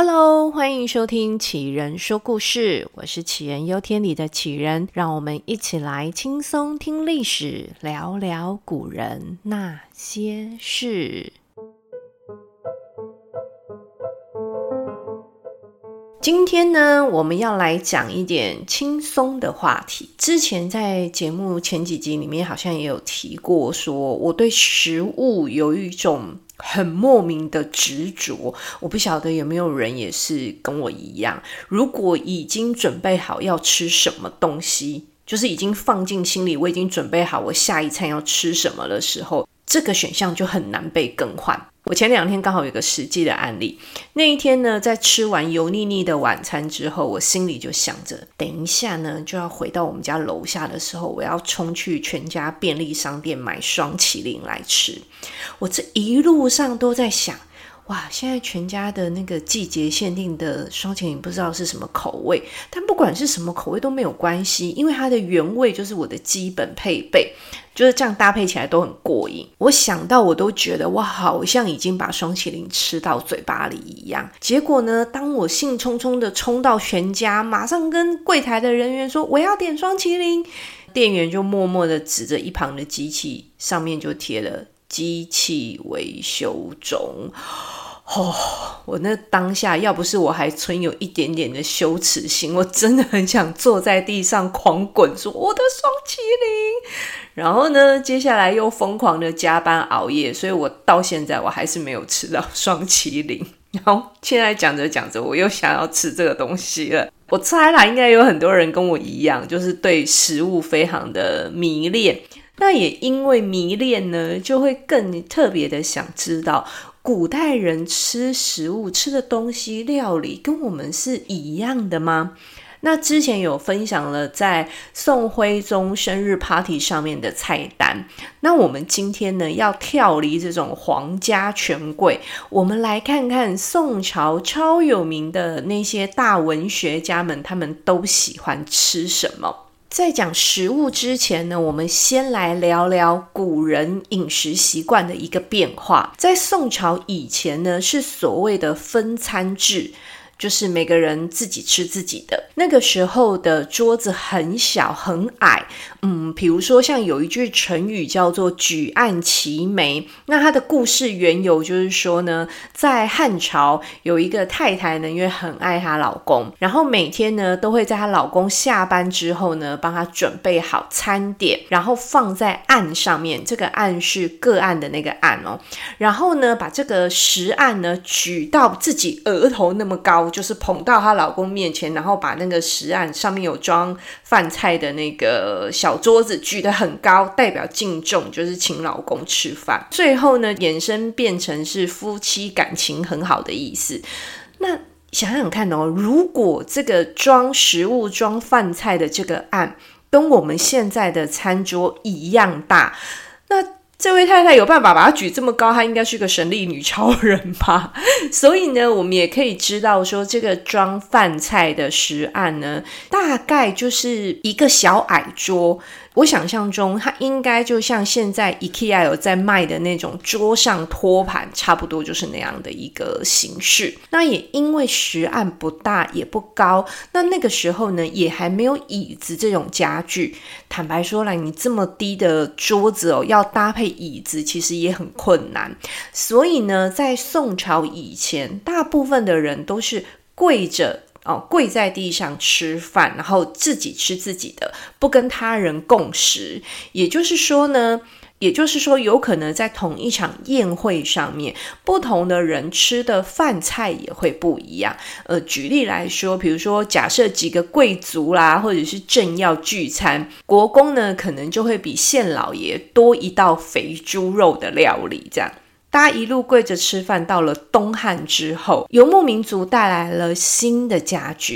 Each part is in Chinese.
Hello， 欢迎收听杞人说故事，我是杞人忧天里的杞人，让我们一起来轻松听历史，聊聊古人那些事。今天呢，我们要来讲一点轻松的话题。之前在节目前几集里面好像也有提过，说我对食物有一种很莫名的执着，我不晓得有没有人也是跟我一样，如果已经准备好要吃什么东西，就是已经放进心里，我已经准备好我下一餐要吃什么的时候，这个选项就很难被更换。我前2天刚好有一个实际的案例，那一天呢，在吃完油腻腻的晚餐之后，我心里就想着，等一下呢就要回到我们家楼下的时候，我要冲去全家便利商店买双麒麟来吃。我这一路上都在想，哇，现在全家的那个季节限定的双麒麟不知道是什么口味，但不管是什么口味都没有关系，因为它的原味就是我的基本配备，就是这样搭配起来都很过瘾。我想到我都觉得哇，好像已经把双麒麟吃到嘴巴里一样。结果呢，当我兴冲冲的冲到全家，马上跟柜台的人员说我要点双麒麟，店员就默默的指着一旁的机器，上面就贴了机器维修中。我那当下要不是我还存有一点点的羞耻心，我真的很想坐在地上狂滚说我的双麒麟。然后呢，接下来又疯狂的加班熬夜，所以我到现在我还是没有吃到双麒麟。然后现在讲着讲着我又想要吃这个东西了。我猜啦，应该有很多人跟我一样，就是对食物非常的迷恋。那也因为迷恋呢，就会更特别的想知道古代人吃食物吃的东西料理跟我们是一样的吗？那之前有分享了在宋徽宗生日 party 上面的菜单，那我们今天呢要跳离这种皇家权贵，我们来看看宋朝超有名的那些大文学家们，他们都喜欢吃什么。在讲食物之前呢，我们先来聊聊古人饮食习惯的一个变化。在宋朝以前呢，是所谓的分餐制，就是每个人自己吃自己的。那个时候的桌子很小很矮，比如说像有一句成语叫做举案齐眉，那它的故事缘由就是说呢，在汉朝有一个太太呢，因为很爱她老公，然后每天呢都会在她老公下班之后呢，帮她准备好餐点，然后放在案上面，这个案是个案的那个案哦，然后呢把这个食案呢举到自己额头那么高，就是捧到她老公面前，然后把那个食案上面有装饭菜的那个小桌子举得很高，代表敬重，就是请老公吃饭。最后呢衍生变成是夫妻感情很好的意思。那想想看哦，如果这个装食物装饭菜的这个案跟我们现在的餐桌一样大，那这位太太有办法把它举这么高，她应该是个神力女超人吧。所以呢，我们也可以知道说，这个装饭菜的食案呢，大概就是一个小矮桌。我想象中它应该就像现在 IKEA 有在卖的那种桌上托盘，差不多就是那样的一个形式。那也因为食案不大也不高，那个时候呢也还没有椅子这种家具。坦白说来，你这么低的桌子哦，要搭配椅子其实也很困难。所以呢，在宋朝以前，大部分的人都是跪在地上吃饭，然后自己吃自己的，不跟他人共食。也就是说有可能在同一场宴会上面，不同的人吃的饭菜也会不一样。举例来说，比如说假设几个贵族啦，或者是政要聚餐，国公呢可能就会比县老爷多一道肥猪肉的料理这样。大家一路跪着吃饭，到了东汉之后，游牧民族带来了新的家具，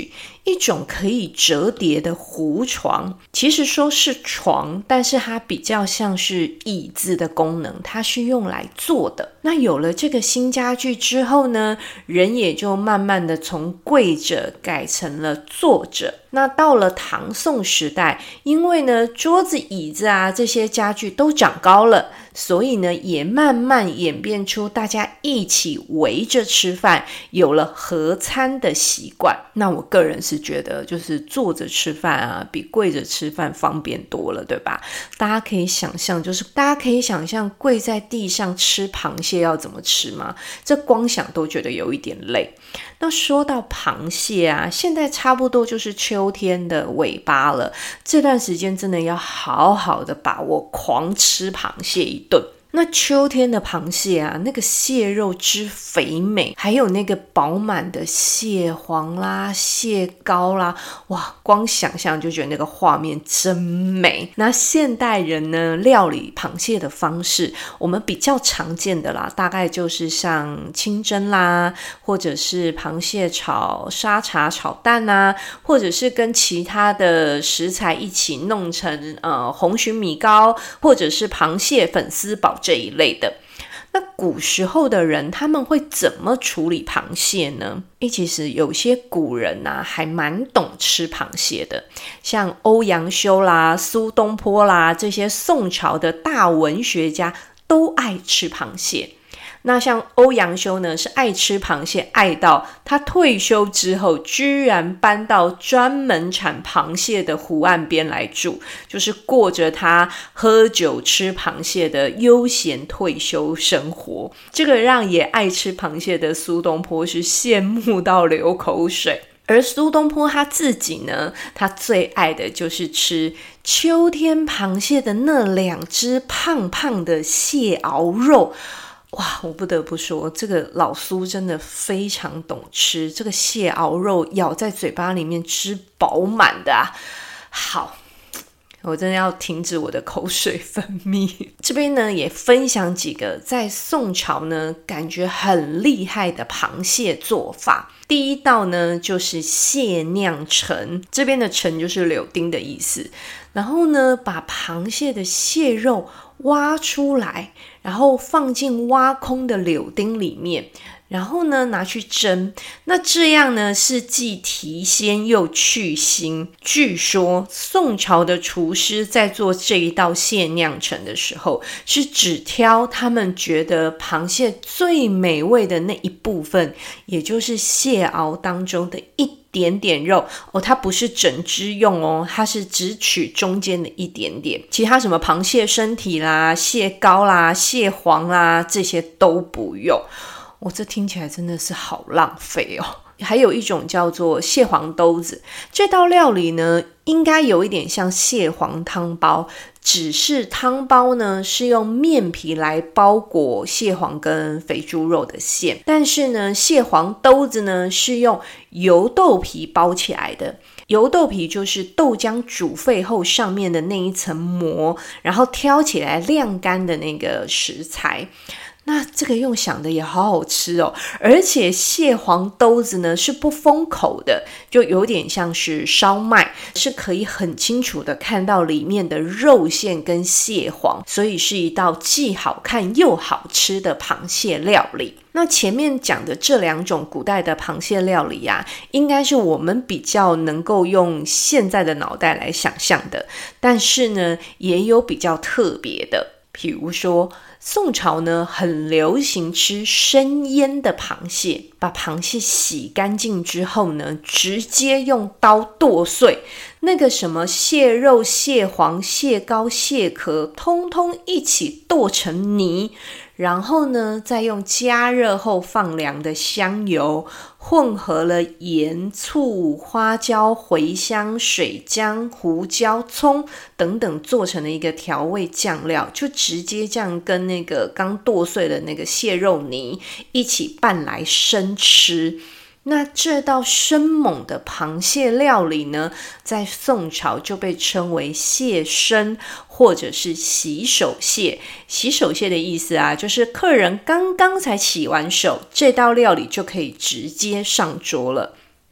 一种可以折叠的糊床，其实说是床，但是它比较像是椅子的功能，它是用来坐的。那有了这个新家具之后呢，人也就慢慢的从跪着改成了坐着。那到了唐宋时代，因为呢桌子椅子啊这些家具都长高了，所以呢也慢慢演变出大家一起围着吃饭，有了合餐的习惯。那我个人是觉得就是坐着吃饭啊比跪着吃饭方便多了，对吧？大家可以想象跪在地上吃螃蟹要怎么吃吗？这光想都觉得有一点累。那说到螃蟹啊，现在差不多就是秋天的尾巴了，这段时间真的要好好的把握，狂吃螃蟹一顿。那秋天的螃蟹啊，那个蟹肉之肥美，还有那个饱满的蟹黄啦、蟹膏啦，哇，光想象就觉得那个画面真美。那现代人呢，料理螃蟹的方式，我们比较常见的啦，大概就是像清蒸啦，或者是螃蟹炒沙茶炒蛋啊，或者是跟其他的食材一起弄成红鲟米糕，或者是螃蟹粉丝煲这一类的。那古时候的人他们会怎么处理螃蟹呢？其实有些古人啊还蛮懂吃螃蟹的，像欧阳修啦、苏东坡啦，这些宋朝的大文学家都爱吃螃蟹。那像欧阳修呢，是爱吃螃蟹，爱到他退休之后居然搬到专门产螃蟹的湖岸边来住，就是过着他喝酒吃螃蟹的悠闲退休生活。这个让也爱吃螃蟹的苏东坡是羡慕到流口水。而苏东坡他自己呢，他最爱的就是吃秋天螃蟹的那2只胖胖的蟹螯肉。哇，我不得不说，这个老苏真的非常懂吃，这个蟹螯肉咬在嘴巴里面吃饱满的啊。好，我真的要停止我的口水分泌。这边呢也分享几个在宋朝呢感觉很厉害的螃蟹做法。第一道呢就是蟹酿橙，这边的橙就是柳丁的意思。然后呢把螃蟹的蟹肉挖出来，然后放进挖空的柳丁里面，然后呢拿去蒸。那这样呢是既提鲜又去腥。据说宋朝的厨师在做这一道蟹酿橙的时候，是只挑他们觉得螃蟹最美味的那一部分，也就是蟹螯当中的一点点肉它不是整只用它是只取中间的一点点，其他什么螃蟹身体啦、蟹膏啦、蟹黄啦，这些都不用。这听起来真的是好浪费还有一种叫做蟹黄兜子，这道料理呢应该有一点像蟹黄汤包，只是汤包呢是用面皮来包裹蟹黄跟肥猪肉的馅，但是呢蟹黄兜子呢是用油豆皮包起来的。油豆皮就是豆浆煮沸后上面的那一层膜，然后挑起来晾干的那个食材。那这个用想的也好好吃而且蟹黄兜子呢是不封口的，就有点像是烧麦，是可以很清楚的看到里面的肉馅跟蟹黄，所以是一道既好看又好吃的螃蟹料理。那前面讲的这2种古代的螃蟹料理啊，应该是我们比较能够用现在的脑袋来想象的，但是呢也有比较特别的，比如说宋朝呢很流行吃生腌的螃蟹，把螃蟹洗干净之后呢，直接用刀剁碎，那个什么蟹肉、蟹黄、蟹膏、蟹壳通通一起剁成泥，然后呢再用加热后放凉的香油混合了盐、醋、花椒、茴香、水姜、胡椒、葱等等做成了一个调味酱料，就直接这样跟那个刚剁碎的那个蟹肉泥一起拌来生吃。那这道生猛的螃蟹料理呢，在宋朝就被称为蟹生或者是洗手蟹。洗手蟹的意思啊，就是客人刚刚才洗完手，这道料理就可以直接上桌了。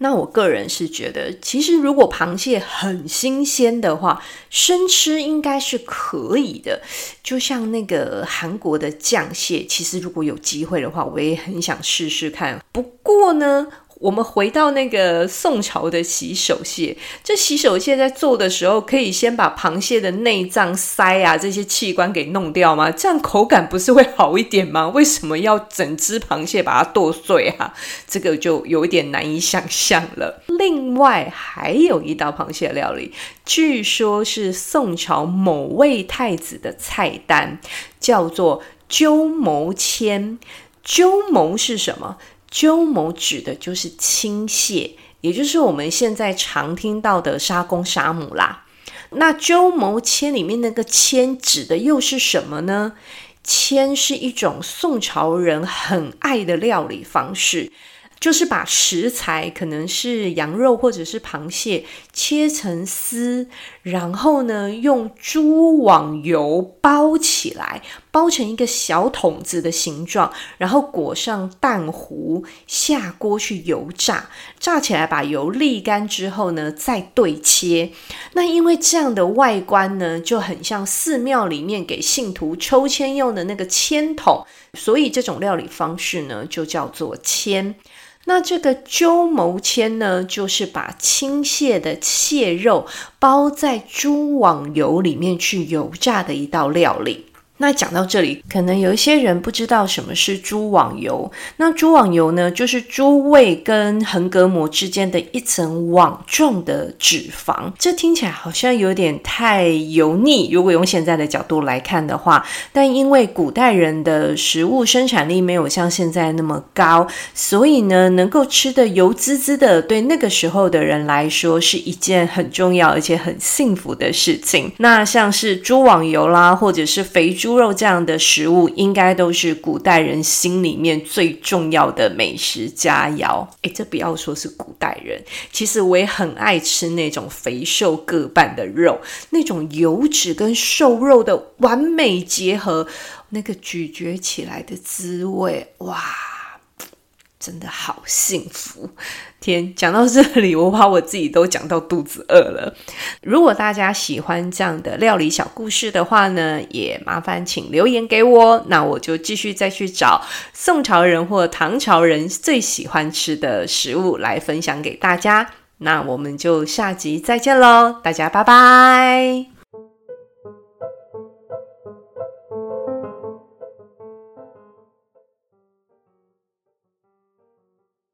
那我个人是觉得，其实如果螃蟹很新鲜的话，生吃应该是可以的。就像那个韩国的酱蟹，其实如果有机会的话，我也很想试试看。不过呢，我们回到那个宋朝的洗手蟹，这洗手蟹在做的时候，可以先把螃蟹的内脏、鳃啊这些器官给弄掉吗？这样口感不是会好一点吗？为什么要整只螃蟹把它剁碎啊？这个就有一点难以想象了。另外还有一道螃蟹料理，据说是宋朝某位太子的菜单，叫做鸠牟签。鸠牟是什么？鸠牟指的就是青蟹，也就是我们现在常听到的沙公沙母啦。那鸠牟签里面那个签指的又是什么呢？签是一种宋朝人很爱的料理方式，就是把食材可能是羊肉或者是螃蟹切成丝，然后呢用蛛网油包起来，包成一个小桶子的形状，然后裹上蛋糊，下锅去油炸，炸起来把油沥干之后呢再对切。那因为这样的外观呢就很像寺庙里面给信徒抽签用的那个签筒，所以这种料理方式呢就叫做签。那这个鸠牟签呢，就是把青蟹的蟹肉包在蛛网油里面去油炸的一道料理。那讲到这里，可能有一些人不知道什么是蛛网油。那蛛网油呢，就是猪胃跟横膈膜之间的一层网状的脂肪。这听起来好像有点太油腻，如果用现在的角度来看的话，但因为古代人的食物生产力没有像现在那么高，所以呢，能够吃得油滋滋的，对那个时候的人来说是一件很重要而且很幸福的事情。那像是蛛网油啦，或者是肥猪肉这样的食物，应该都是古代人心里面最重要的美食佳肴。这不要说是古代人，其实我也很爱吃那种肥瘦各半的肉，那种油脂跟瘦肉的完美结合，那个咀嚼起来的滋味，哇，真的好幸福。天，讲到这里，我把我自己都讲到肚子饿了。如果大家喜欢这样的料理小故事的话呢，也麻烦请留言给我，那我就继续再去找宋朝人或唐朝人最喜欢吃的食物来分享给大家。那我们就下集再见咯，大家拜拜。